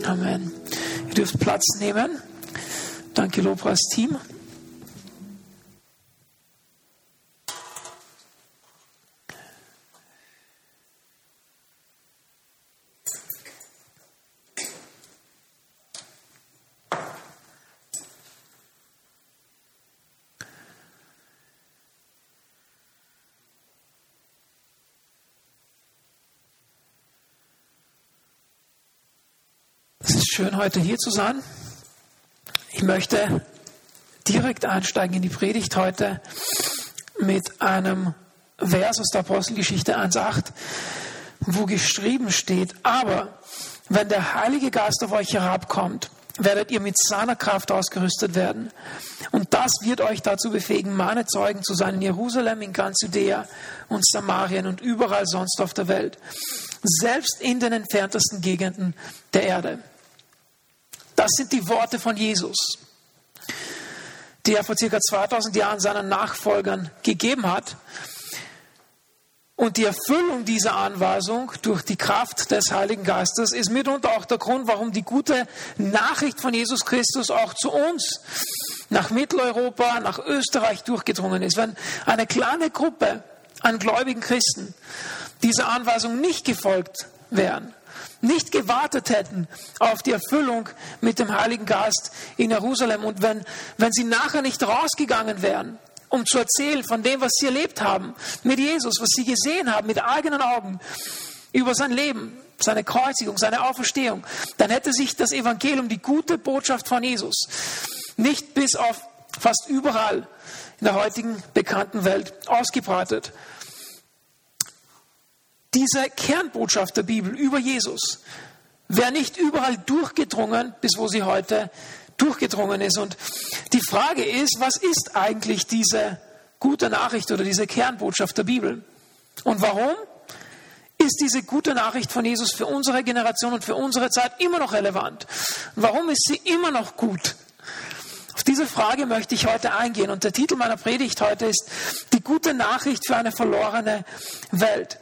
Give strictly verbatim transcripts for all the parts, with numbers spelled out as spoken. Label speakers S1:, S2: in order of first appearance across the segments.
S1: Amen. Ihr dürft Platz nehmen. Danke, Lobpreisteam. Es ist schön, heute hier zu sein. Ich möchte direkt einsteigen in die Predigt heute mit einem Vers aus der Apostelgeschichte eins acht, wo geschrieben steht: Aber wenn der Heilige Geist auf euch herabkommt, werdet ihr mit seiner Kraft ausgerüstet werden. Und das wird euch dazu befähigen, meine Zeugen zu sein in Jerusalem, in ganz Judäa und Samarien und überall sonst auf der Welt, selbst in den entferntesten Gegenden der Erde. Das sind die Worte von Jesus, die er vor circa zweitausend Jahren seinen Nachfolgern gegeben hat. Und die Erfüllung dieser Anweisung durch die Kraft des Heiligen Geistes ist mitunter auch der Grund, warum die gute Nachricht von Jesus Christus auch zu uns, nach Mitteleuropa, nach Österreich durchgedrungen ist. Wenn eine kleine Gruppe an gläubigen Christen dieser Anweisung nicht gefolgt wären, nicht gewartet hätten auf die Erfüllung mit dem Heiligen Geist in Jerusalem, und wenn, wenn sie nachher nicht rausgegangen wären, um zu erzählen von dem, was sie erlebt haben mit Jesus, was sie gesehen haben mit eigenen Augen über sein Leben, seine Kreuzigung, seine Auferstehung, dann hätte sich das Evangelium, die gute Botschaft von Jesus, nicht bis auf fast überall in der heutigen bekannten Welt ausgebreitet. Diese Kernbotschaft der Bibel über Jesus wäre nicht überall durchgedrungen, bis wo sie heute durchgedrungen ist. Und die Frage ist, was ist eigentlich diese gute Nachricht oder diese Kernbotschaft der Bibel? Und warum ist diese gute Nachricht von Jesus für unsere Generation und für unsere Zeit immer noch relevant? Und warum ist sie immer noch gut? Auf diese Frage möchte ich heute eingehen. Und der Titel meiner Predigt heute ist: Die gute Nachricht für eine verlorene Welt.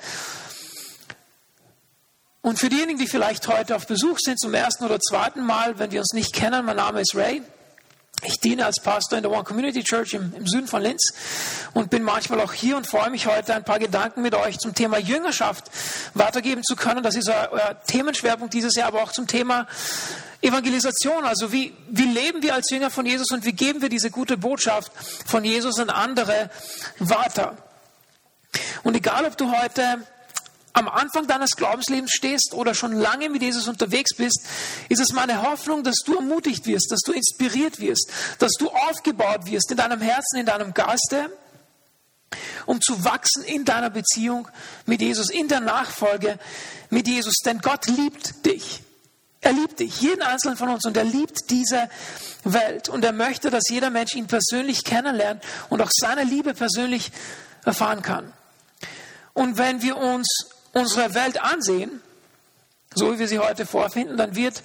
S1: Und für diejenigen, die vielleicht heute auf Besuch sind, zum ersten oder zweiten Mal, wenn wir uns nicht kennen, mein Name ist Ray. Ich diene als Pastor in der One Community Church im, im Süden von Linz und bin manchmal auch hier und freue mich heute, ein paar Gedanken mit euch zum Thema Jüngerschaft weitergeben zu können. Das ist euer, euer Themenschwerpunkt dieses Jahr, aber auch zum Thema Evangelisation. Also wie, wie leben wir als Jünger von Jesus und wie geben wir diese gute Botschaft von Jesus an andere weiter? Und egal, ob du heute am Anfang deines Glaubenslebens stehst oder schon lange mit Jesus unterwegs bist, ist es meine Hoffnung, dass du ermutigt wirst, dass du inspiriert wirst, dass du aufgebaut wirst in deinem Herzen, in deinem Geiste, um zu wachsen in deiner Beziehung mit Jesus, in der Nachfolge mit Jesus. Denn Gott liebt dich. Er liebt dich, jeden einzelnen von uns, und er liebt diese Welt. Und er möchte, dass jeder Mensch ihn persönlich kennenlernt und auch seine Liebe persönlich erfahren kann. Und wenn wir uns unsere Welt ansehen, so wie wir sie heute vorfinden, dann wird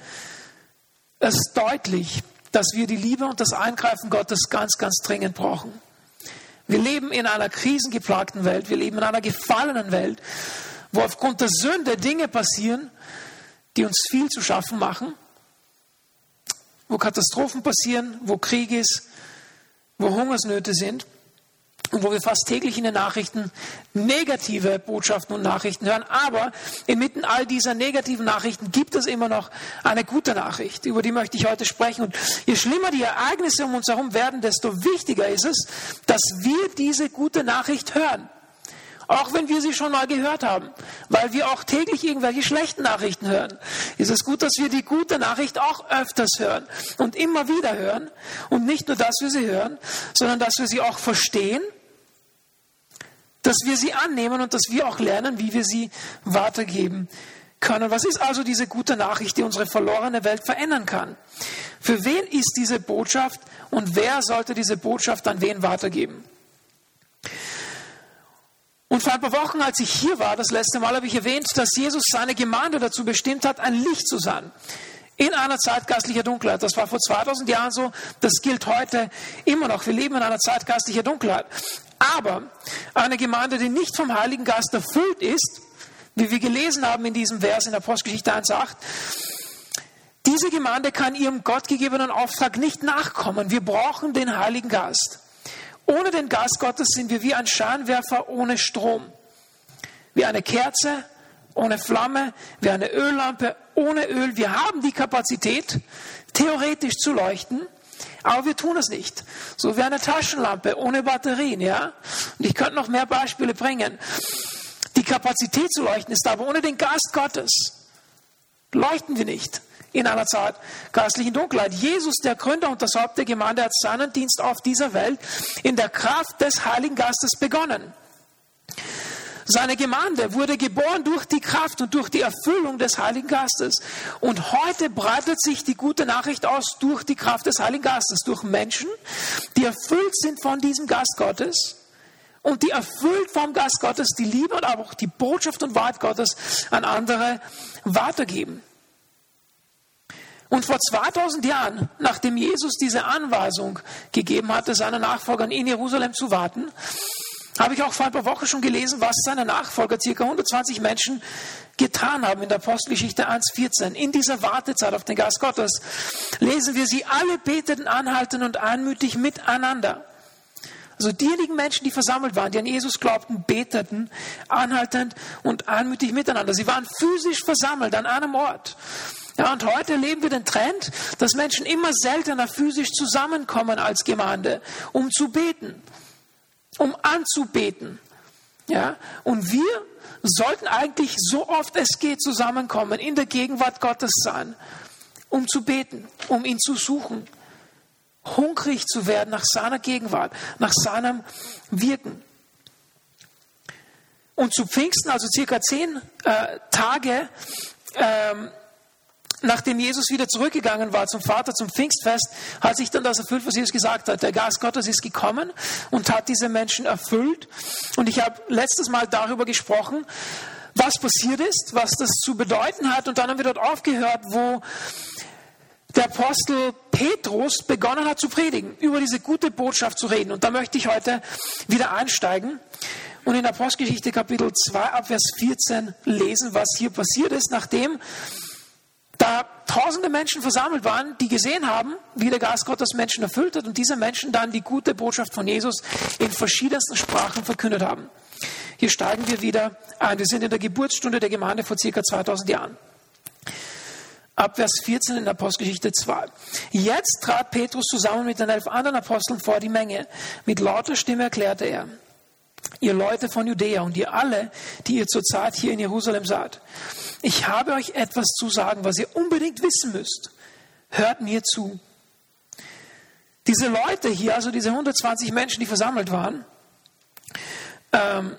S1: es deutlich, dass wir die Liebe und das Eingreifen Gottes ganz, ganz dringend brauchen. Wir leben in einer krisengeplagten Welt, wir leben in einer gefallenen Welt, wo aufgrund der Sünde Dinge passieren, die uns viel zu schaffen machen, wo Katastrophen passieren, wo Krieg ist, wo Hungersnöte sind. Und wo wir fast täglich in den Nachrichten negative Botschaften und Nachrichten hören. Aber inmitten all dieser negativen Nachrichten gibt es immer noch eine gute Nachricht. Über die möchte ich heute sprechen. Und je schlimmer die Ereignisse um uns herum werden, desto wichtiger ist es, dass wir diese gute Nachricht hören. Auch wenn wir sie schon mal gehört haben. Weil wir auch täglich irgendwelche schlechten Nachrichten hören. Ist es gut, dass wir die gute Nachricht auch öfters hören. Und immer wieder hören. Und nicht nur, dass wir sie hören, sondern dass wir sie auch verstehen. Dass wir sie annehmen und dass wir auch lernen, wie wir sie weitergeben können. Was ist also diese gute Nachricht, die unsere verlorene Welt verändern kann? Für wen ist diese Botschaft und wer sollte diese Botschaft an wen weitergeben? Und vor ein paar Wochen, als ich hier war, das letzte Mal habe ich erwähnt, dass Jesus seine Gemeinde dazu bestimmt hat, ein Licht zu sein. In einer Zeit geistlicher Dunkelheit. Das war vor zweitausend Jahren so, das gilt heute immer noch. Wir leben in einer Zeit geistlicher Dunkelheit. Aber eine Gemeinde, die nicht vom Heiligen Geist erfüllt ist, wie wir gelesen haben in diesem Vers in Apostelgeschichte eins acht, die Diese Gemeinde kann ihrem gottgegebenen Auftrag nicht nachkommen. Wir brauchen den Heiligen Geist. Ohne den Geist Gottes sind wir wie ein Scheinwerfer ohne Strom. Wie eine Kerze ohne Flamme, wie eine Öllampe ohne Öl. Wir haben die Kapazität, theoretisch zu leuchten, aber wir tun es nicht. So wie eine Taschenlampe ohne Batterien, ja? Und ich könnte noch mehr Beispiele bringen. Die Kapazität zu leuchten ist da, aber ohne den Geist Gottes leuchten wir nicht in einer Zeit geistlichen Dunkelheit. Jesus, der Gründer und das Haupt der Gemeinde, hat seinen Dienst auf dieser Welt in der Kraft des Heiligen Geistes begonnen. Seine Gemeinde wurde geboren durch die Kraft und durch die Erfüllung des Heiligen Geistes. Und heute breitet sich die gute Nachricht aus durch die Kraft des Heiligen Geistes, durch Menschen, die erfüllt sind von diesem Geist Gottes und die erfüllt vom Geist Gottes die Liebe und aber auch die Botschaft und Wahrheit Gottes an andere weitergeben. Und vor zweitausend Jahren, nachdem Jesus diese Anweisung gegeben hatte, seinen Nachfolgern in Jerusalem zu warten, habe ich auch vor ein paar Wochen schon gelesen, was seine Nachfolger, ca. hundertzwanzig Menschen, getan haben in der Apostelgeschichte eins vierzehn. In dieser Wartezeit auf den Geist Gottes lesen wir, sie alle beteten anhaltend und einmütig miteinander. Also diejenigen Menschen, die versammelt waren, die an Jesus glaubten, beteten anhaltend und einmütig miteinander. Sie waren physisch versammelt an einem Ort. Ja, und heute erleben wir den Trend, dass Menschen immer seltener physisch zusammenkommen als Gemeinde, um zu beten. Um anzubeten. Ja? Und wir sollten eigentlich so oft es geht zusammenkommen, in der Gegenwart Gottes sein, um zu beten, um ihn zu suchen, hungrig zu werden nach seiner Gegenwart, nach seinem Wirken. Und zu Pfingsten, also circa zehn äh, Tage, ähm, nachdem Jesus wieder zurückgegangen war zum Vater, zum Pfingstfest, hat sich dann das erfüllt, was Jesus gesagt hat. Der Geist Gottes ist gekommen und hat diese Menschen erfüllt. Und ich habe letztes Mal darüber gesprochen, was passiert ist, was das zu bedeuten hat. Und dann haben wir dort aufgehört, wo der Apostel Petrus begonnen hat zu predigen, über diese gute Botschaft zu reden. Und da möchte ich heute wieder einsteigen und in Apostelgeschichte Kapitel zwei ab Vers vierzehn lesen, was hier passiert ist, nachdem da tausende Menschen versammelt waren, die gesehen haben, wie der Geist Gottes Menschen erfüllt hat und diese Menschen dann die gute Botschaft von Jesus in verschiedensten Sprachen verkündet haben. Hier steigen wir wieder ein. Wir sind in der Geburtsstunde der Gemeinde vor circa zweitausend Jahren. Ab Vers vierzehn in Apostelgeschichte zwei. Jetzt trat Petrus zusammen mit den elf anderen Aposteln vor die Menge. Mit lauter Stimme erklärte er: Ihr Leute von Judäa und ihr alle, die ihr zurzeit hier in Jerusalem seid, ich habe euch etwas zu sagen, was ihr unbedingt wissen müsst. Hört mir zu. Diese Leute hier, also diese hundertzwanzig Menschen, die versammelt waren, ähm,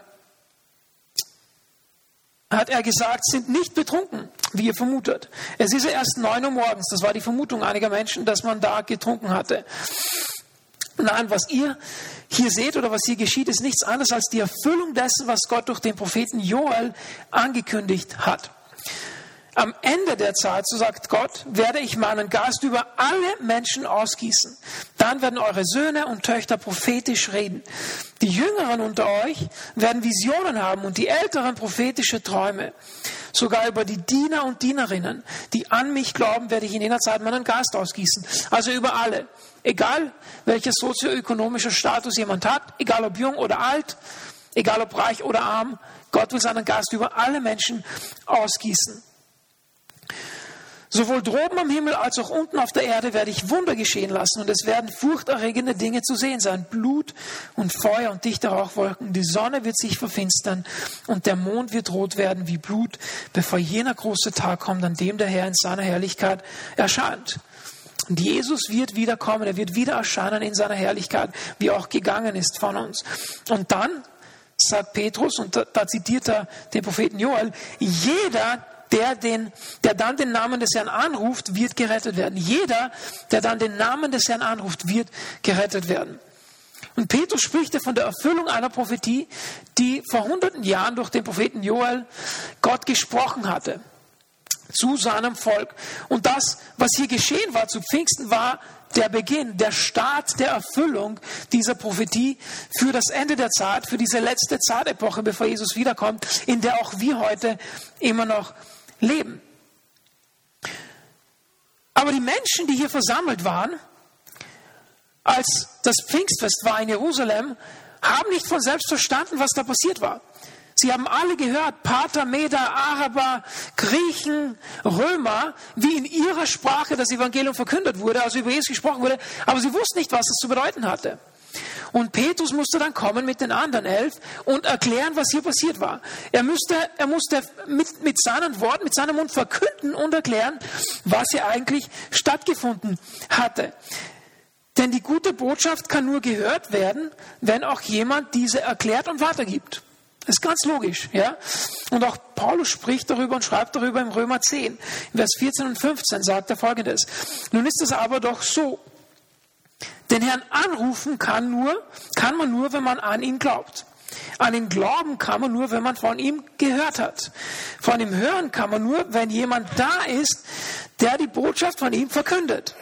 S1: hat er gesagt, sind nicht betrunken, wie ihr vermutet. Es ist ja erst neun Uhr morgens. Das war die Vermutung einiger Menschen, dass man da getrunken hatte. Nein, was ihr hier seht oder was hier geschieht, ist nichts anderes als die Erfüllung dessen, was Gott durch den Propheten Joel angekündigt hat. Am Ende der Zeit, so sagt Gott, werde ich meinen Geist über alle Menschen ausgießen. Dann werden eure Söhne und Töchter prophetisch reden. Die Jüngeren unter euch werden Visionen haben und die Älteren prophetische Träume. Sogar über die Diener und Dienerinnen, die an mich glauben, werde ich in jener Zeit meinen Geist ausgießen. Also über alle. Egal, welcher sozioökonomischer Status jemand hat, egal ob jung oder alt, egal ob reich oder arm, Gott will seinen Geist über alle Menschen ausgießen. Sowohl droben am Himmel als auch unten auf der Erde werde ich Wunder geschehen lassen und es werden furchterregende Dinge zu sehen sein. Blut und Feuer und dichte Rauchwolken. Die Sonne wird sich verfinstern und der Mond wird rot werden wie Blut, bevor jener große Tag kommt, an dem der Herr in seiner Herrlichkeit erscheint. Und Jesus wird wiederkommen, er wird wieder erscheinen in seiner Herrlichkeit, wie er auch gegangen ist von uns. Und dann sagt Petrus, und da, da zitiert er den Propheten Joel, jeder, Der, den, der dann den Namen des Herrn anruft, wird gerettet werden. Jeder, der dann den Namen des Herrn anruft, wird gerettet werden. Und Petrus spricht ja von der Erfüllung einer Prophetie, die vor hunderten Jahren durch den Propheten Joel Gott gesprochen hatte zu seinem Volk. Und das, was hier geschehen war zu Pfingsten, war der Beginn, der Start der Erfüllung dieser Prophetie für das Ende der Zeit, für diese letzte Zeitepoche, bevor Jesus wiederkommt, in der auch wir heute immer noch leben. Aber die Menschen, die hier versammelt waren, als das Pfingstfest war in Jerusalem, haben nicht von selbst verstanden, was da passiert war. Sie haben alle gehört, Parther, Meder, Araber, Griechen, Römer, wie in ihrer Sprache das Evangelium verkündet wurde, also über Jesus gesprochen wurde, aber sie wussten nicht, was das zu bedeuten hatte. Und Petrus musste dann kommen mit den anderen elf und erklären, was hier passiert war. Er musste, er musste mit, mit seinen Worten, mit seinem Mund verkünden und erklären, was hier eigentlich stattgefunden hatte. Denn die gute Botschaft kann nur gehört werden, wenn auch jemand diese erklärt und weitergibt. Das ist ganz logisch, ja. Und auch Paulus spricht darüber und schreibt darüber im Römer zehn. In Vers vierzehn und fünfzehn sagt er Folgendes. Nun ist es aber doch so. Den Herrn anrufen kann nur, kann man nur, wenn man an ihn glaubt. An ihn glauben kann man nur, wenn man von ihm gehört hat. Von ihm hören kann man nur, wenn jemand da ist, der die Botschaft von ihm verkündet.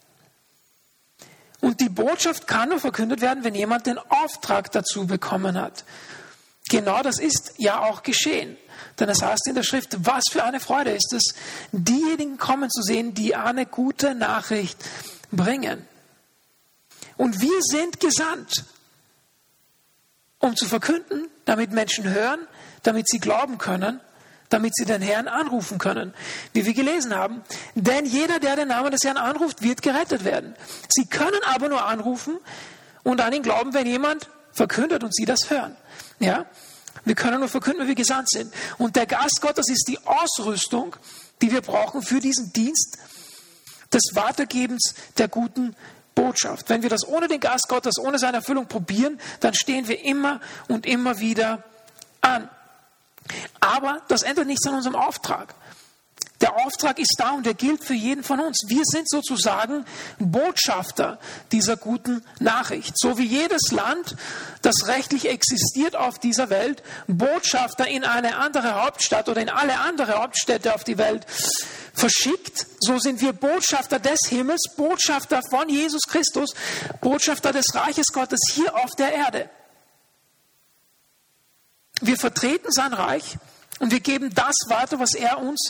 S1: Und die Botschaft kann nur verkündet werden, wenn jemand den Auftrag dazu bekommen hat. Genau das ist ja auch geschehen. Denn es heißt in der Schrift, was für eine Freude ist es, diejenigen kommen zu sehen, die eine gute Nachricht bringen. Und wir sind gesandt, um zu verkünden, damit Menschen hören, damit sie glauben können, damit sie den Herrn anrufen können. Wie wir gelesen haben, denn jeder, der den Namen des Herrn anruft, wird gerettet werden. Sie können aber nur anrufen und an ihn glauben, wenn jemand verkündet und sie das hören. Ja? Wir können nur verkünden, wenn wir gesandt sind. Und der Geist Gottes ist die Ausrüstung, die wir brauchen für diesen Dienst des Weitergebens der guten Botschaft. Wenn wir das ohne den Geist Gottes, ohne seine Erfüllung probieren, dann stehen wir immer und immer wieder an. Aber das ändert nichts an unserem Auftrag. Der Auftrag ist da und der gilt für jeden von uns. Wir sind sozusagen Botschafter dieser guten Nachricht. So wie jedes Land, das rechtlich existiert auf dieser Welt, Botschafter in eine andere Hauptstadt oder in alle andere Hauptstädte auf die Welt verschickt, so sind wir Botschafter des Himmels, Botschafter von Jesus Christus, Botschafter des Reiches Gottes hier auf der Erde. Wir vertreten sein Reich und wir geben das weiter, was er uns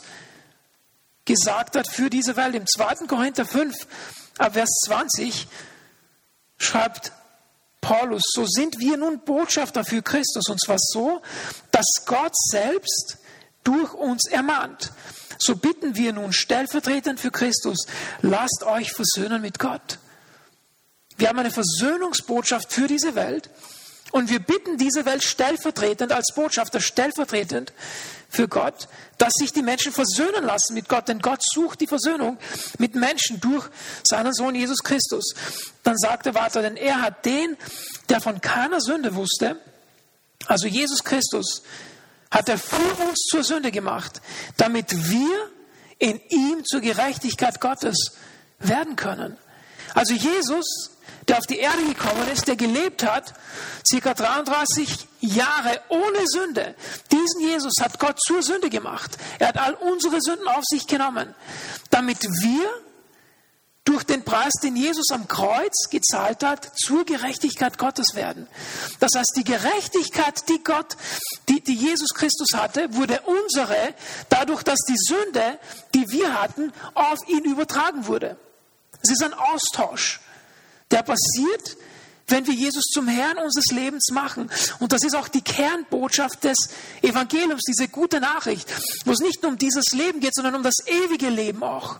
S1: gesagt hat für diese Welt. Im zweiten Korinther fünf, ab Vers zwanzig, schreibt Paulus, so sind wir nun Botschafter für Christus, und zwar so, dass Gott selbst durch uns ermahnt. So bitten wir nun stellvertretend für Christus, lasst euch versöhnen mit Gott. Wir haben eine Versöhnungsbotschaft für diese Welt und wir bitten diese Welt stellvertretend als Botschafter, stellvertretend für Gott, dass sich die Menschen versöhnen lassen mit Gott, denn Gott sucht die Versöhnung mit Menschen durch seinen Sohn Jesus Christus. Dann sagt er weiter, denn er hat den, der von keiner Sünde wusste, also Jesus Christus, hat er für uns zur Sünde gemacht, damit wir in ihm zur Gerechtigkeit Gottes werden können. Also Jesus, der auf die Erde gekommen ist, der gelebt hat, circa dreiunddreißig Jahre ohne Sünde. Diesen Jesus hat Gott zur Sünde gemacht. Er hat all unsere Sünden auf sich genommen, damit wir durch den Preis, den Jesus am Kreuz gezahlt hat, zur Gerechtigkeit Gottes werden. Das heißt, die Gerechtigkeit, die Gott, die, die Jesus Christus hatte, wurde unsere, dadurch, dass die Sünde, die wir hatten, auf ihn übertragen wurde. Es ist ein Austausch, der passiert, wenn wir Jesus zum Herrn unseres Lebens machen. Und das ist auch die Kernbotschaft des Evangeliums, diese gute Nachricht, wo es nicht nur um dieses Leben geht, sondern um das ewige Leben auch.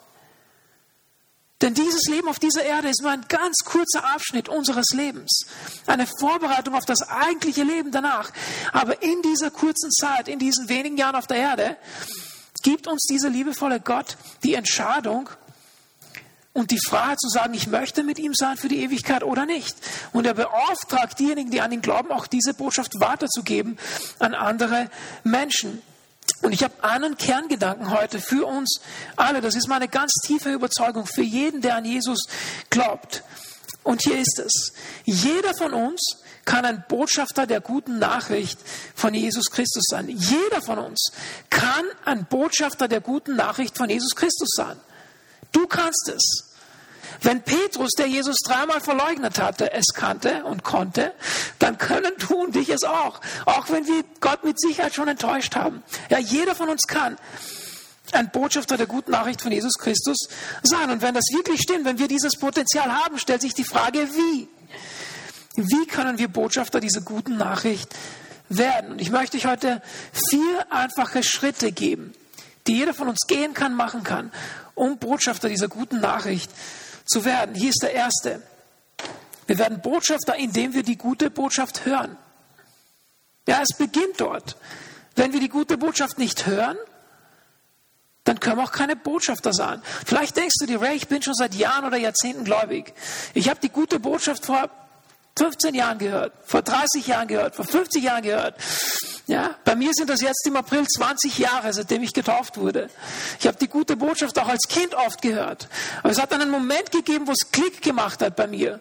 S1: Denn dieses Leben auf dieser Erde ist nur ein ganz kurzer Abschnitt unseres Lebens. Eine Vorbereitung auf das eigentliche Leben danach. Aber in dieser kurzen Zeit, in diesen wenigen Jahren auf der Erde, gibt uns dieser liebevolle Gott die Entscheidung und die Freiheit zu sagen, ich möchte mit ihm sein für die Ewigkeit oder nicht. Und er beauftragt diejenigen, die an ihn glauben, auch diese Botschaft weiterzugeben an andere Menschen. Und ich habe einen Kerngedanken heute für uns alle. Das ist meine ganz tiefe Überzeugung für jeden, der an Jesus glaubt. Und hier ist es. Jeder von uns kann ein Botschafter der guten Nachricht von Jesus Christus sein. Jeder von uns kann ein Botschafter der guten Nachricht von Jesus Christus sein. Du kannst es. Wenn Petrus, der Jesus dreimal verleugnet hatte, es kannte und konnte, dann können du und ich es auch. Auch wenn wir Gott mit Sicherheit schon enttäuscht haben. Ja, jeder von uns kann ein Botschafter der guten Nachricht von Jesus Christus sein. Und wenn das wirklich stimmt, wenn wir dieses Potenzial haben, stellt sich die Frage, wie? Wie können wir Botschafter dieser guten Nachricht werden? Und ich möchte euch heute vier einfache Schritte geben, die jeder von uns gehen kann, machen kann, um Botschafter dieser guten Nachricht zu werden. Hier ist der erste. Wir werden Botschafter, indem wir die gute Botschaft hören. Ja, es beginnt dort. Wenn wir die gute Botschaft nicht hören, dann können wir auch keine Botschafter sein. Vielleicht denkst du dir, Ray, ich bin schon seit Jahren oder Jahrzehnten gläubig. Ich habe die gute Botschaft vor fünfzehn Jahren gehört, vor dreißig Jahren gehört, vor fünfzig Jahren gehört. Ja, bei mir sind das jetzt im April zwanzig Jahre, seitdem ich getauft wurde. Ich habe die gute Botschaft auch als Kind oft gehört. Aber es hat dann einen Moment gegeben, wo es Klick gemacht hat bei mir.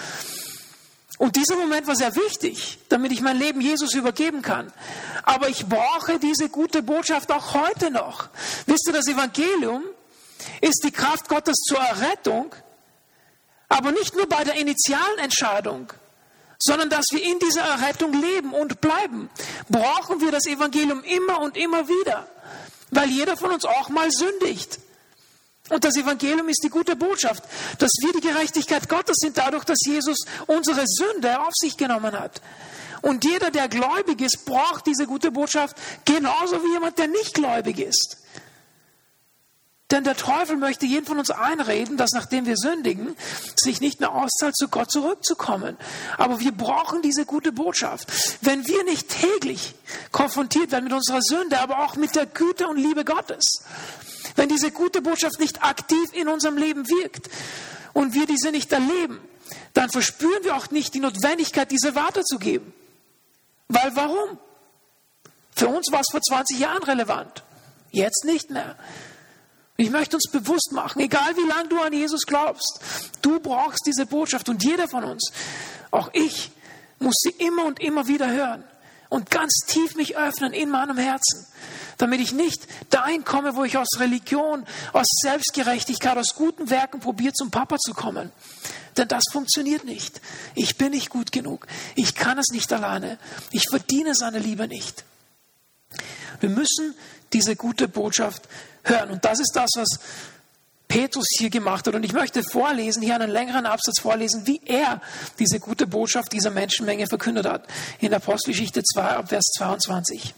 S1: Und dieser Moment war sehr wichtig, damit ich mein Leben Jesus übergeben kann. Aber ich brauche diese gute Botschaft auch heute noch. Wisst ihr, das Evangelium ist die Kraft Gottes zur Errettung, aber nicht nur bei der initialen Entscheidung, sondern dass wir in dieser Errettung leben und bleiben, brauchen wir das Evangelium immer und immer wieder, weil jeder von uns auch mal sündigt. Und das Evangelium ist die gute Botschaft, dass wir die Gerechtigkeit Gottes sind, dadurch, dass Jesus unsere Sünde auf sich genommen hat. Und jeder, der gläubig ist, braucht diese gute Botschaft genauso wie jemand, der nicht gläubig ist. Denn der Teufel möchte jeden von uns einreden, dass nachdem wir sündigen, sich nicht mehr auszahlt, zu Gott zurückzukommen. Aber wir brauchen diese gute Botschaft. Wenn wir nicht täglich konfrontiert werden mit unserer Sünde, aber auch mit der Güte und Liebe Gottes, wenn diese gute Botschaft nicht aktiv in unserem Leben wirkt und wir diese nicht erleben, dann verspüren wir auch nicht die Notwendigkeit, diese weiterzugeben. Weil warum? Für uns war es vor zwanzig Jahren relevant, jetzt nicht mehr. Ich möchte uns bewusst machen, egal wie lange du an Jesus glaubst, du brauchst diese Botschaft und jeder von uns, auch ich, muss sie immer und immer wieder hören und ganz tief mich öffnen in meinem Herzen, damit ich nicht dahin komme, wo ich aus Religion, aus Selbstgerechtigkeit, aus guten Werken probiere, zum Papa zu kommen. Denn das funktioniert nicht. Ich bin nicht gut genug. Ich kann es nicht alleine. Ich verdiene seine Liebe nicht. Wir müssen diese gute Botschaft hören. Und das ist das, was Petrus hier gemacht hat. Und ich möchte vorlesen, hier einen längeren Absatz vorlesen, wie er diese gute Botschaft dieser Menschenmenge verkündet hat. In der Apostelgeschichte zwei, ab Vers zweiundzwanzig.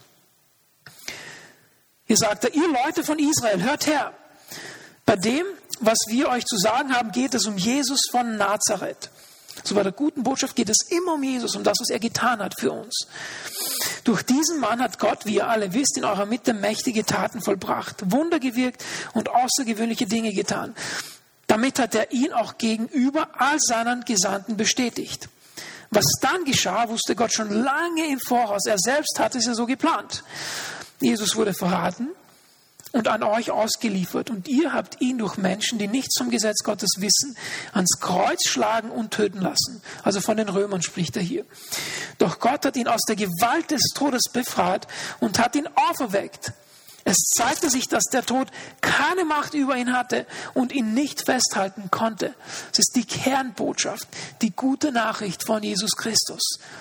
S1: Hier sagt er, ihr Leute von Israel, hört her. Bei dem, was wir euch zu sagen haben, geht es um Jesus von Nazareth. So bei der guten Botschaft geht es immer um Jesus, um das, was er getan hat für uns. Durch diesen Mann hat Gott, wie ihr alle wisst, in eurer Mitte mächtige Taten vollbracht, Wunder gewirkt und außergewöhnliche Dinge getan. Damit hat er ihn auch gegenüber all seinen Gesandten bestätigt. Was dann geschah, wusste Gott schon lange im Voraus. Er selbst hatte es ja so geplant. Jesus wurde verraten und an euch ausgeliefert. Und ihr habt ihn durch Menschen, die nichts vom Gesetz Gottes wissen, ans Kreuz schlagen und töten lassen. Also von den Römern spricht er hier. Doch Gott hat ihn aus der Gewalt des Todes befreit und hat ihn auferweckt. Es zeigte sich, dass der Tod keine Macht über ihn hatte und ihn nicht festhalten konnte. Es ist die Kernbotschaft, die gute Nachricht von Jesus Christus.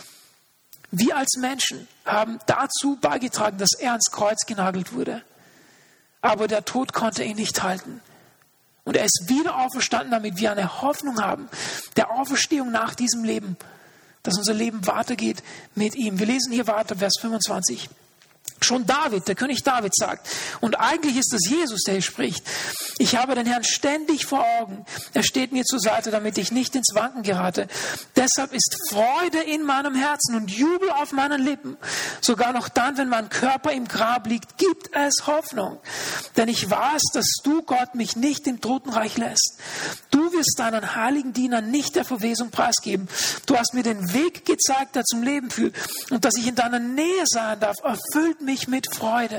S1: Wir als Menschen haben dazu beigetragen, dass er ans Kreuz genagelt wurde. Aber der Tod konnte ihn nicht halten. Und er ist wieder auferstanden, damit wir eine Hoffnung haben, der Auferstehung nach diesem Leben, dass unser Leben weitergeht mit ihm. Wir lesen hier weiter, Vers fünfundzwanzig. Schon David, der König David sagt, und eigentlich ist es Jesus, der hier spricht, ich habe den Herrn ständig vor Augen. Er steht mir zur Seite, damit ich nicht ins Wanken gerate. Deshalb ist Freude in meinem Herzen und Jubel auf meinen Lippen. Sogar noch dann, wenn mein Körper im Grab liegt, gibt es Hoffnung. Denn ich weiß, dass du, Gott, mich nicht im Totenreich lässt. Du wirst deinen heiligen Dienern nicht der Verwesung preisgeben. Du hast mir den Weg gezeigt, der zum Leben führt. Und dass ich in deiner Nähe sein darf, erfüllt mich mit Freude.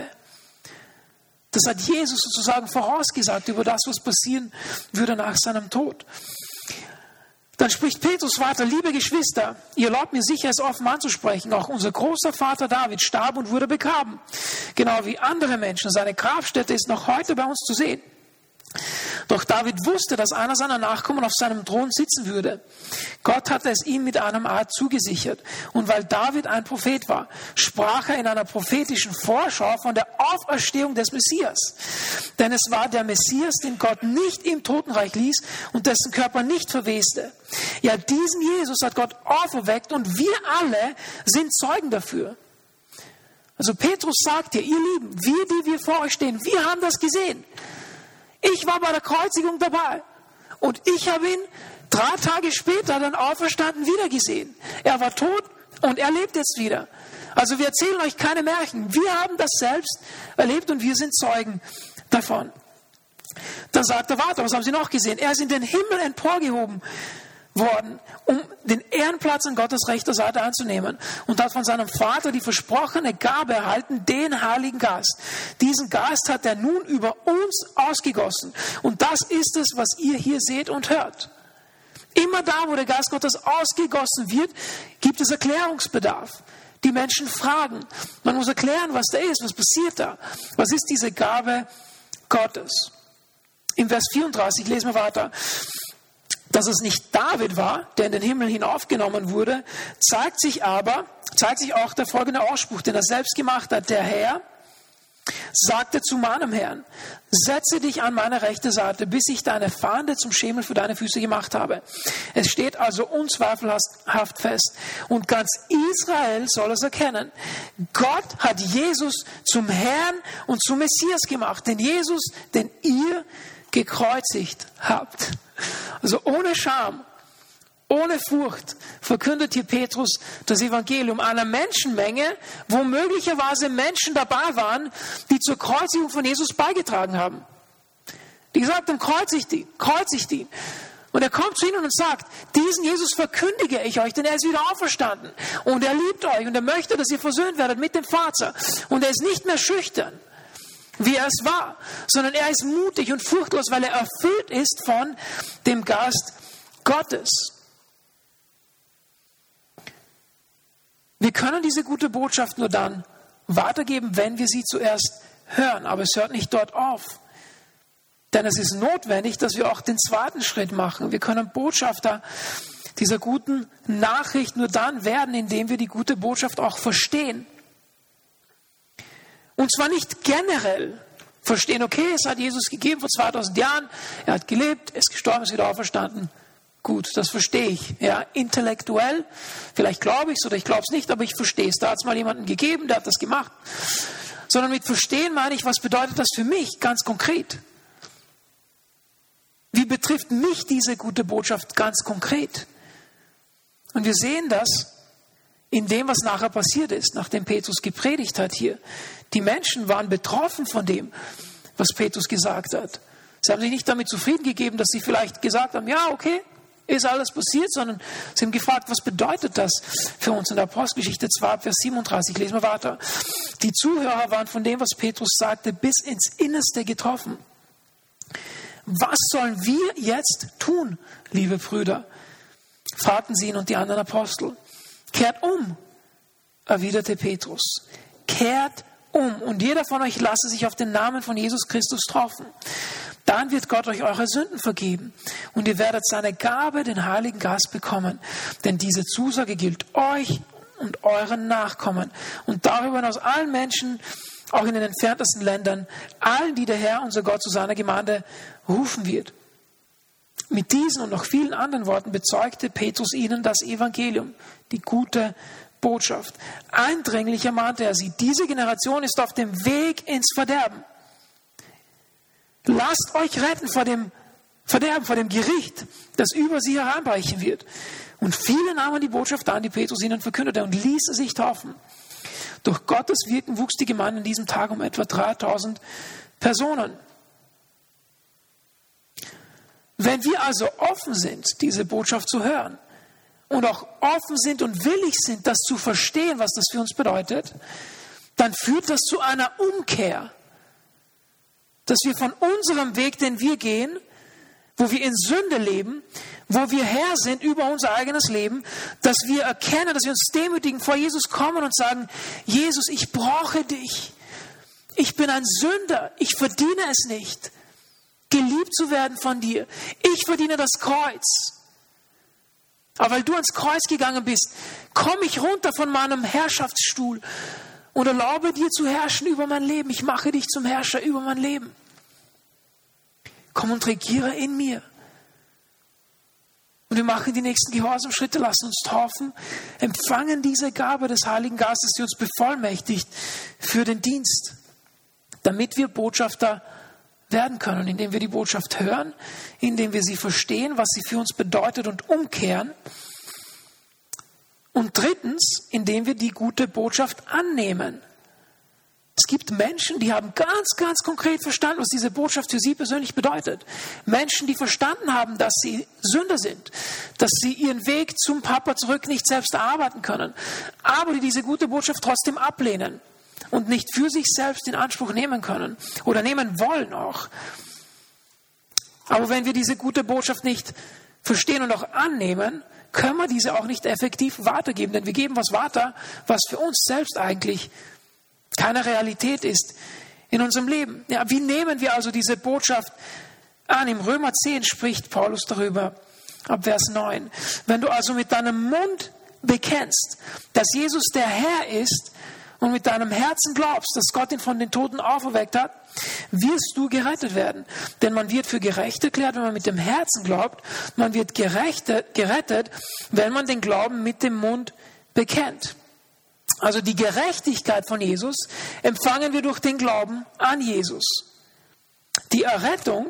S1: Das hat Jesus sozusagen vorausgesagt über das, was passieren würde nach seinem Tod. Dann spricht Petrus weiter, liebe Geschwister, ihr erlaubt mir sicher, es offen anzusprechen, auch unser großer Vater David starb und wurde begraben. Genau wie andere Menschen. Seine Grabstätte ist noch heute bei uns zu sehen. Doch David wusste, dass einer seiner Nachkommen auf seinem Thron sitzen würde. Gott hatte es ihm mit einem Art zugesichert. Und weil David ein Prophet war, sprach er in einer prophetischen Vorschau von der Auferstehung des Messias. Denn es war der Messias, den Gott nicht im Totenreich ließ und dessen Körper nicht verweste. Ja, diesen Jesus hat Gott auferweckt und wir alle sind Zeugen dafür. Also Petrus sagt hier, ihr Lieben, wir, die wir vor euch stehen, wir haben das gesehen. Ich war bei der Kreuzigung dabei und ich habe ihn drei Tage später dann auferstanden wieder gesehen. Er war tot und er lebt jetzt wieder. Also wir erzählen euch keine Märchen. Wir haben das selbst erlebt und wir sind Zeugen davon. Dann sagt er weiter, was haben sie noch gesehen? Er ist in den Himmel emporgehoben worden, um den Ehrenplatz an Gottes rechter Seite anzunehmen und hat von seinem Vater die versprochene Gabe erhalten, den Heiligen Geist. Diesen Geist hat er nun über uns ausgegossen und das ist es, was ihr hier seht und hört. Immer da, wo der Geist Gottes ausgegossen wird, gibt es Erklärungsbedarf. Die Menschen fragen, man muss erklären, was da ist, was passiert da, was ist diese Gabe Gottes. Im Vers vierunddreißig lesen wir weiter. Dass es nicht David war, der in den Himmel hinaufgenommen wurde, zeigt sich aber, zeigt sich auch der folgende Ausspruch, den er selbst gemacht hat. Der Herr sagte zu meinem Herrn, setze dich an meine rechte Seite, bis ich deine Fahne zum Schemel für deine Füße gemacht habe. Es steht also unzweifelhaft fest und ganz Israel soll es erkennen. Gott hat Jesus zum Herrn und zum Messias gemacht, den Jesus, den ihr gekreuzigt habt. Also ohne Scham, ohne Furcht verkündet hier Petrus das Evangelium einer Menschenmenge, wo möglicherweise Menschen dabei waren, die zur Kreuzigung von Jesus beigetragen haben. Die gesagt haben, kreuzigt ihn, kreuzigt ihn. Und er kommt zu ihnen und sagt, diesen Jesus verkündige ich euch, denn er ist wieder auferstanden. Und er liebt euch und er möchte, dass ihr versöhnt werdet mit dem Vater. Und er ist nicht mehr schüchtern, wie er es war, sondern er ist mutig und furchtlos, weil er erfüllt ist von dem Geist Gottes. Wir können diese gute Botschaft nur dann weitergeben, wenn wir sie zuerst hören. Aber es hört nicht dort auf. Denn es ist notwendig, dass wir auch den zweiten Schritt machen. Wir können Botschafter dieser guten Nachricht nur dann werden, indem wir die gute Botschaft auch verstehen. Und zwar nicht generell verstehen, okay, es hat Jesus gegeben vor zweitausend Jahren, er hat gelebt, er ist gestorben, ist wieder auferstanden. Gut, das verstehe ich. Ja, intellektuell, vielleicht glaube ich es oder ich glaube es nicht, aber ich verstehe es. Da hat es mal jemanden gegeben, der hat das gemacht. Sondern mit verstehen meine ich, was bedeutet das für mich ganz konkret? Wie betrifft mich diese gute Botschaft ganz konkret? Und wir sehen das in dem, was nachher passiert ist, nachdem Petrus gepredigt hat hier. Die Menschen waren betroffen von dem, was Petrus gesagt hat. Sie haben sich nicht damit zufrieden gegeben, dass sie vielleicht gesagt haben, ja, okay, ist alles passiert, sondern sie haben gefragt, was bedeutet das für uns? In der Apostelgeschichte zwei, Vers siebenunddreißig, lesen wir weiter. Die Zuhörer waren von dem, was Petrus sagte, bis ins Innerste getroffen. Was sollen wir jetzt tun, liebe Brüder? Fragten sie ihn und die anderen Apostel. Kehrt um, erwiderte Petrus. Kehrt um und jeder von euch lasse sich auf den Namen von Jesus Christus taufen. Dann wird Gott euch eure Sünden vergeben und ihr werdet seine Gabe, den Heiligen Geist, bekommen. Denn diese Zusage gilt euch und euren Nachkommen und darüber hinaus allen Menschen, auch in den entferntesten Ländern, allen, die der Herr, unser Gott, zu seiner Gemeinde rufen wird. Mit diesen und noch vielen anderen Worten bezeugte Petrus ihnen das Evangelium, die gute Botschaft. Eindringlich ermahnte er sie, diese Generation ist auf dem Weg ins Verderben. Lasst euch retten vor dem Verderben, vor dem Gericht, das über sie hereinbrechen wird. Und viele nahmen die Botschaft an, die Petrus ihnen verkündete, und ließen sich taufen. Durch Gottes Wirken wuchs die Gemeinde in diesem Tag um etwa dreitausend Personen. Wenn wir also offen sind, diese Botschaft zu hören und auch offen sind und willig sind, das zu verstehen, was das für uns bedeutet, dann führt das zu einer Umkehr. Dass wir von unserem Weg, den wir gehen, wo wir in Sünde leben, wo wir Herr sind über unser eigenes Leben, dass wir erkennen, dass wir uns demütigen, vor Jesus kommen und sagen, Jesus, ich brauche dich. Ich bin ein Sünder. Ich verdiene es nicht. geliebt zu werden von dir. Ich verdiene das Kreuz. Aber weil du ans Kreuz gegangen bist, komme ich runter von meinem Herrschaftsstuhl und erlaube dir zu herrschen über mein Leben. Ich mache dich zum Herrscher über mein Leben. Komm und regiere in mir. Und wir machen die nächsten Gehorsamschritte, lassen uns taufen, empfangen diese Gabe des Heiligen Geistes, die uns bevollmächtigt für den Dienst, damit wir Botschafter werden können, indem wir die Botschaft hören, indem wir sie verstehen, was sie für uns bedeutet und umkehren. Und drittens, indem wir die gute Botschaft annehmen. Es gibt Menschen, die haben ganz, ganz konkret verstanden, was diese Botschaft für sie persönlich bedeutet. Menschen, die verstanden haben, dass sie Sünder sind, dass sie ihren Weg zum Papa zurück nicht selbst erarbeiten können, aber die diese gute Botschaft trotzdem ablehnen und nicht für sich selbst in Anspruch nehmen können oder nehmen wollen auch. Aber wenn wir diese gute Botschaft nicht verstehen und auch annehmen, können wir diese auch nicht effektiv weitergeben, denn wir geben was weiter, was für uns selbst eigentlich keine Realität ist in unserem Leben. Ja, wie nehmen wir also diese Botschaft an? Im Römer zehn spricht Paulus darüber, ab Vers neun. Wenn du also mit deinem Mund bekennst, dass Jesus der Herr ist und mit deinem Herzen glaubst, dass Gott ihn von den Toten auferweckt hat, wirst du gerettet werden. Denn man wird für gerecht erklärt, wenn man mit dem Herzen glaubt. Man wird gerettet, gerettet, wenn man den Glauben mit dem Mund bekennt. Also die Gerechtigkeit von Jesus empfangen wir durch den Glauben an Jesus. Die Errettung,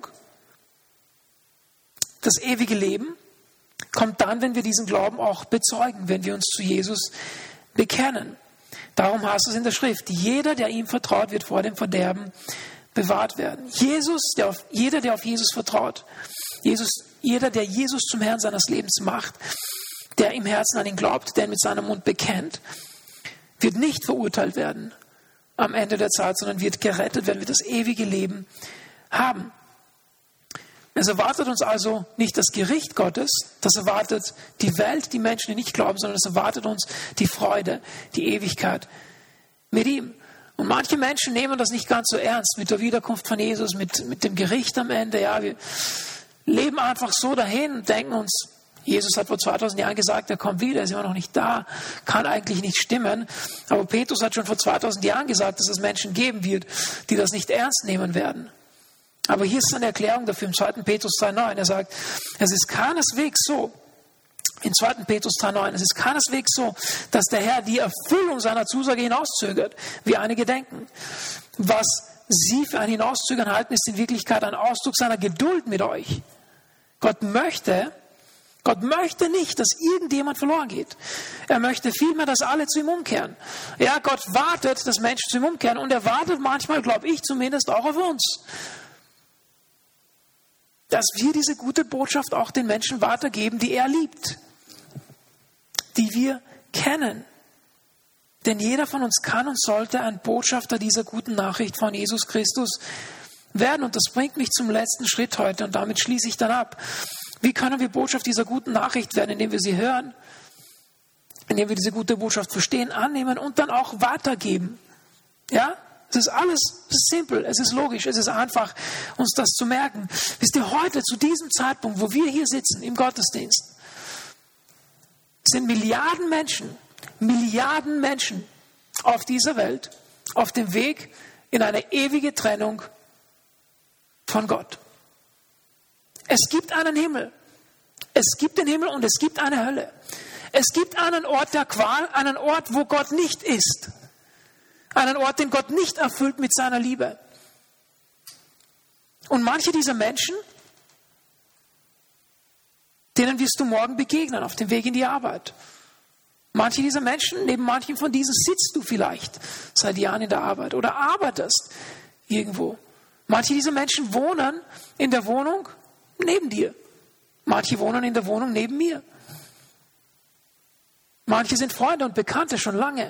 S1: das ewige Leben, kommt dann, wenn wir diesen Glauben auch bezeugen, wenn wir uns zu Jesus bekennen. Darum heißt es in der Schrift, jeder, der ihm vertraut, wird vor dem Verderben bewahrt werden. Jesus, der auf, jeder, der auf Jesus vertraut, Jesus, jeder, der Jesus zum Herrn seines Lebens macht, der im Herzen an ihn glaubt, der ihn mit seinem Mund bekennt, wird nicht verurteilt werden am Ende der Zeit, sondern wird gerettet werden, wird das ewige Leben haben. Es erwartet uns also nicht das Gericht Gottes, das erwartet die Welt, die Menschen, die nicht glauben, sondern es erwartet uns die Freude, die Ewigkeit mit ihm. Und manche Menschen nehmen das nicht ganz so ernst mit der Wiederkunft von Jesus, mit, mit dem Gericht am Ende. Ja, wir leben einfach so dahin und denken uns, Jesus hat vor zweitausend Jahren gesagt, er kommt wieder, er ist immer noch nicht da, kann eigentlich nicht stimmen. Aber Petrus hat schon vor zweitausend Jahren gesagt, dass es Menschen geben wird, die das nicht ernst nehmen werden. Aber hier ist eine Erklärung dafür im zweiten Petrus zwei neun. Er sagt, es ist keineswegs so, in zweiten Petrus zwei neun, es ist keineswegs so, dass der Herr die Erfüllung seiner Zusage hinauszögert, wie einige denken. Was sie für ein Hinauszögern halten, ist in Wirklichkeit ein Ausdruck seiner Geduld mit euch. Gott möchte, Gott möchte nicht, dass irgendjemand verloren geht. Er möchte vielmehr, dass alle zu ihm umkehren. Ja, Gott wartet, dass Menschen zu ihm umkehren und er wartet manchmal, glaube ich zumindest, auch auf uns. Dass wir diese gute Botschaft auch den Menschen weitergeben, die er liebt, die wir kennen. Denn jeder von uns kann und sollte ein Botschafter dieser guten Nachricht von Jesus Christus werden. Und das bringt mich zum letzten Schritt heute und damit schließe ich dann ab. Wie können wir Botschaft dieser guten Nachricht werden, indem wir sie hören, indem wir diese gute Botschaft verstehen, annehmen und dann auch weitergeben? Ja? Es ist alles es ist simpel, es ist logisch, es ist einfach, uns das zu merken. Wisst ihr, heute zu diesem Zeitpunkt, wo wir hier sitzen im Gottesdienst, sind Milliarden Menschen, Milliarden Menschen auf dieser Welt auf dem Weg in eine ewige Trennung von Gott. Es gibt einen Himmel, es gibt den Himmel und es gibt eine Hölle. Es gibt einen Ort der Qual, einen Ort, wo Gott nicht ist. Einen Ort, den Gott nicht erfüllt mit seiner Liebe. Und manche dieser Menschen, denen wirst du morgen begegnen auf dem Weg in die Arbeit. Manche dieser Menschen, neben manchen von diesen sitzt du vielleicht seit Jahren in der Arbeit oder arbeitest irgendwo. Manche dieser Menschen wohnen in der Wohnung neben dir. Manche wohnen in der Wohnung neben mir. Manche sind Freunde und Bekannte schon lange.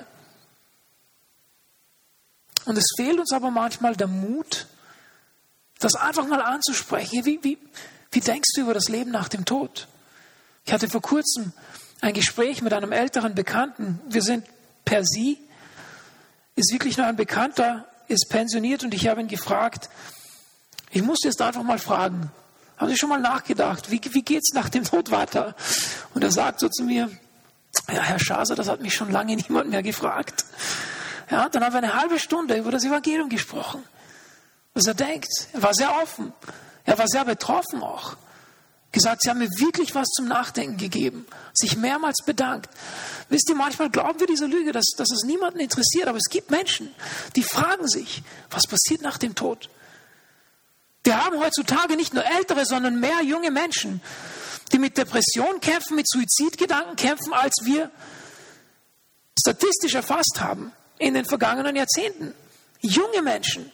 S1: Und es fehlt uns aber manchmal der Mut, das einfach mal anzusprechen. Wie, wie, wie denkst du über das Leben nach dem Tod? Ich hatte vor kurzem ein Gespräch mit einem älteren Bekannten. Wir sind per Sie. Ist wirklich nur ein Bekannter, ist pensioniert und ich habe ihn gefragt, Ich muss jetzt einfach mal fragen, haben Sie schon mal nachgedacht, wie, wie geht es nach dem Tod weiter? Und er sagt so zu mir, ja, Herr Schaser, das hat mich schon lange niemand mehr gefragt. Ja, dann haben wir eine halbe Stunde über das Evangelium gesprochen. Was er denkt. Er war sehr offen. Er war sehr betroffen auch. Gesagt, Sie haben mir wirklich was zum Nachdenken gegeben. Sich mehrmals bedankt. Wisst ihr, manchmal glauben wir dieser Lüge, dass, dass es niemanden interessiert. Aber es gibt Menschen, die fragen sich, was passiert nach dem Tod? Wir haben heutzutage nicht nur ältere, sondern mehr junge Menschen, die mit Depressionen kämpfen, mit Suizidgedanken kämpfen, als wir statistisch erfasst haben in den vergangenen Jahrzehnten. Junge Menschen,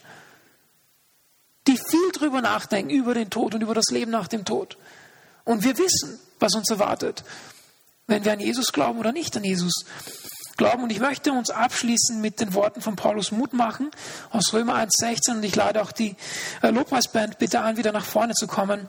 S1: die viel drüber nachdenken, über den Tod und über das Leben nach dem Tod. Und wir wissen, was uns erwartet, wenn wir an Jesus glauben oder nicht an Jesus glauben. Und ich möchte uns abschließen mit den Worten von Paulus Mut machen aus Römer eins sechzehn. Und ich lade auch die Lobpreisband bitte an, wieder nach vorne zu kommen.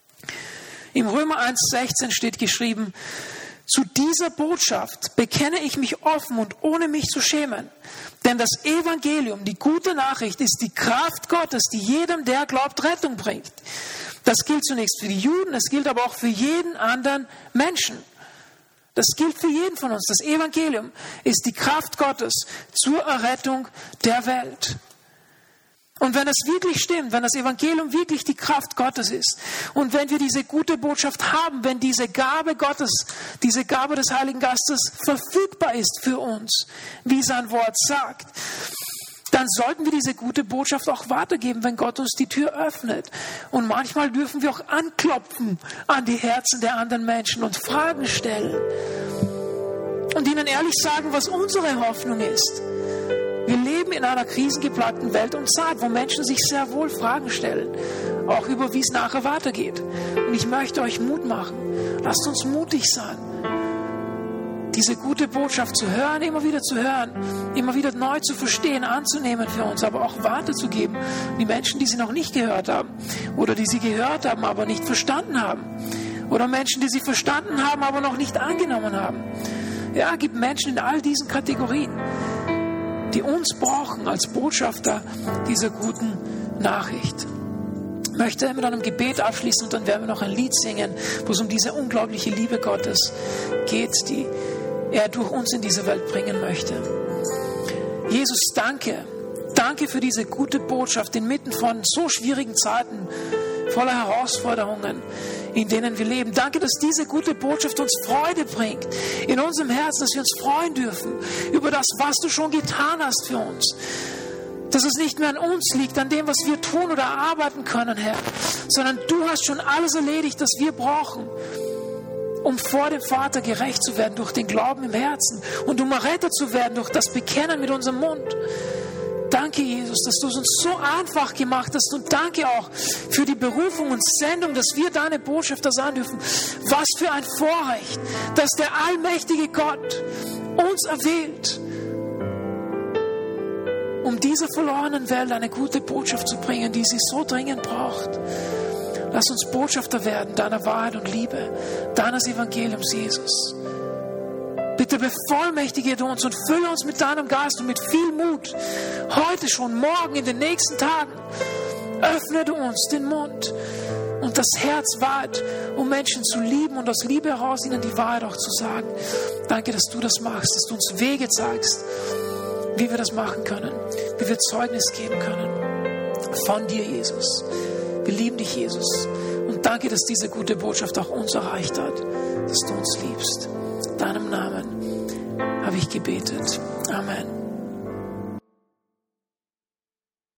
S1: Im Römer eins sechzehn steht geschrieben, zu dieser Botschaft bekenne ich mich offen und ohne mich zu schämen. Denn das Evangelium, die gute Nachricht, ist die Kraft Gottes, die jedem, der glaubt, Rettung bringt. Das gilt zunächst für die Juden, es gilt aber auch für jeden anderen Menschen. Das gilt für jeden von uns. Das Evangelium ist die Kraft Gottes zur Errettung der Welt. Und wenn das wirklich stimmt, wenn das Evangelium wirklich die Kraft Gottes ist und wenn wir diese gute Botschaft haben, wenn diese Gabe Gottes, diese Gabe des Heiligen Geistes verfügbar ist für uns, wie sein Wort sagt, dann sollten wir diese gute Botschaft auch weitergeben, wenn Gott uns die Tür öffnet. Und manchmal dürfen wir auch anklopfen an die Herzen der anderen Menschen und Fragen stellen und ihnen ehrlich sagen, was unsere Hoffnung ist. Wir leben in einer krisengeplagten Welt und Zeit, wo Menschen sich sehr wohl Fragen stellen, auch über wie es nachher weitergeht. Und ich möchte euch Mut machen. Lasst uns mutig sein, diese gute Botschaft zu hören, immer wieder zu hören, immer wieder neu zu verstehen, anzunehmen für uns, aber auch weiterzugeben. Die Menschen, die sie noch nicht gehört haben oder die sie gehört haben, aber nicht verstanden haben. Oder Menschen, die sie verstanden haben, aber noch nicht angenommen haben. Ja, es gibt Menschen in all diesen Kategorien, die uns brauchen als Botschafter dieser guten Nachricht. Ich möchte mit einem Gebet abschließen und dann werden wir noch ein Lied singen, wo es um diese unglaubliche Liebe Gottes geht, die er durch uns in diese Welt bringen möchte. Jesus, danke. Danke für diese gute Botschaft inmitten von so schwierigen Zeiten, voller Herausforderungen, in denen wir leben. Danke, dass diese gute Botschaft uns Freude bringt in unserem Herzen, dass wir uns freuen dürfen über das, was du schon getan hast für uns. Dass es nicht mehr an uns liegt, an dem, was wir tun oder arbeiten können, Herr, sondern du hast schon alles erledigt, das wir brauchen, um vor dem Vater gerecht zu werden durch den Glauben im Herzen und um errettet zu werden durch das Bekennen mit unserem Mund. Danke, Jesus, dass du es uns so einfach gemacht hast und danke auch für die Berufung und Sendung, dass wir deine Botschafter sein dürfen. Was für ein Vorrecht, dass der allmächtige Gott uns erwählt, um dieser verlorenen Welt eine gute Botschaft zu bringen, die sie so dringend braucht. Lass uns Botschafter werden deiner Wahrheit und Liebe, deines Evangeliums, Jesus. Bitte bevollmächtige du uns und fülle uns mit deinem Geist und mit viel Mut. Heute schon, morgen, in den nächsten Tagen. Öffne du uns den Mund und das Herz weit, um Menschen zu lieben und aus Liebe heraus ihnen die Wahrheit auch zu sagen. Danke, dass du das machst, dass du uns Wege zeigst, wie wir das machen können, wie wir Zeugnis geben können von dir, Jesus. Wir lieben dich, Jesus. Und danke, dass diese gute Botschaft auch uns erreicht hat, dass du uns liebst. In deinem Namen habe ich gebetet. Amen.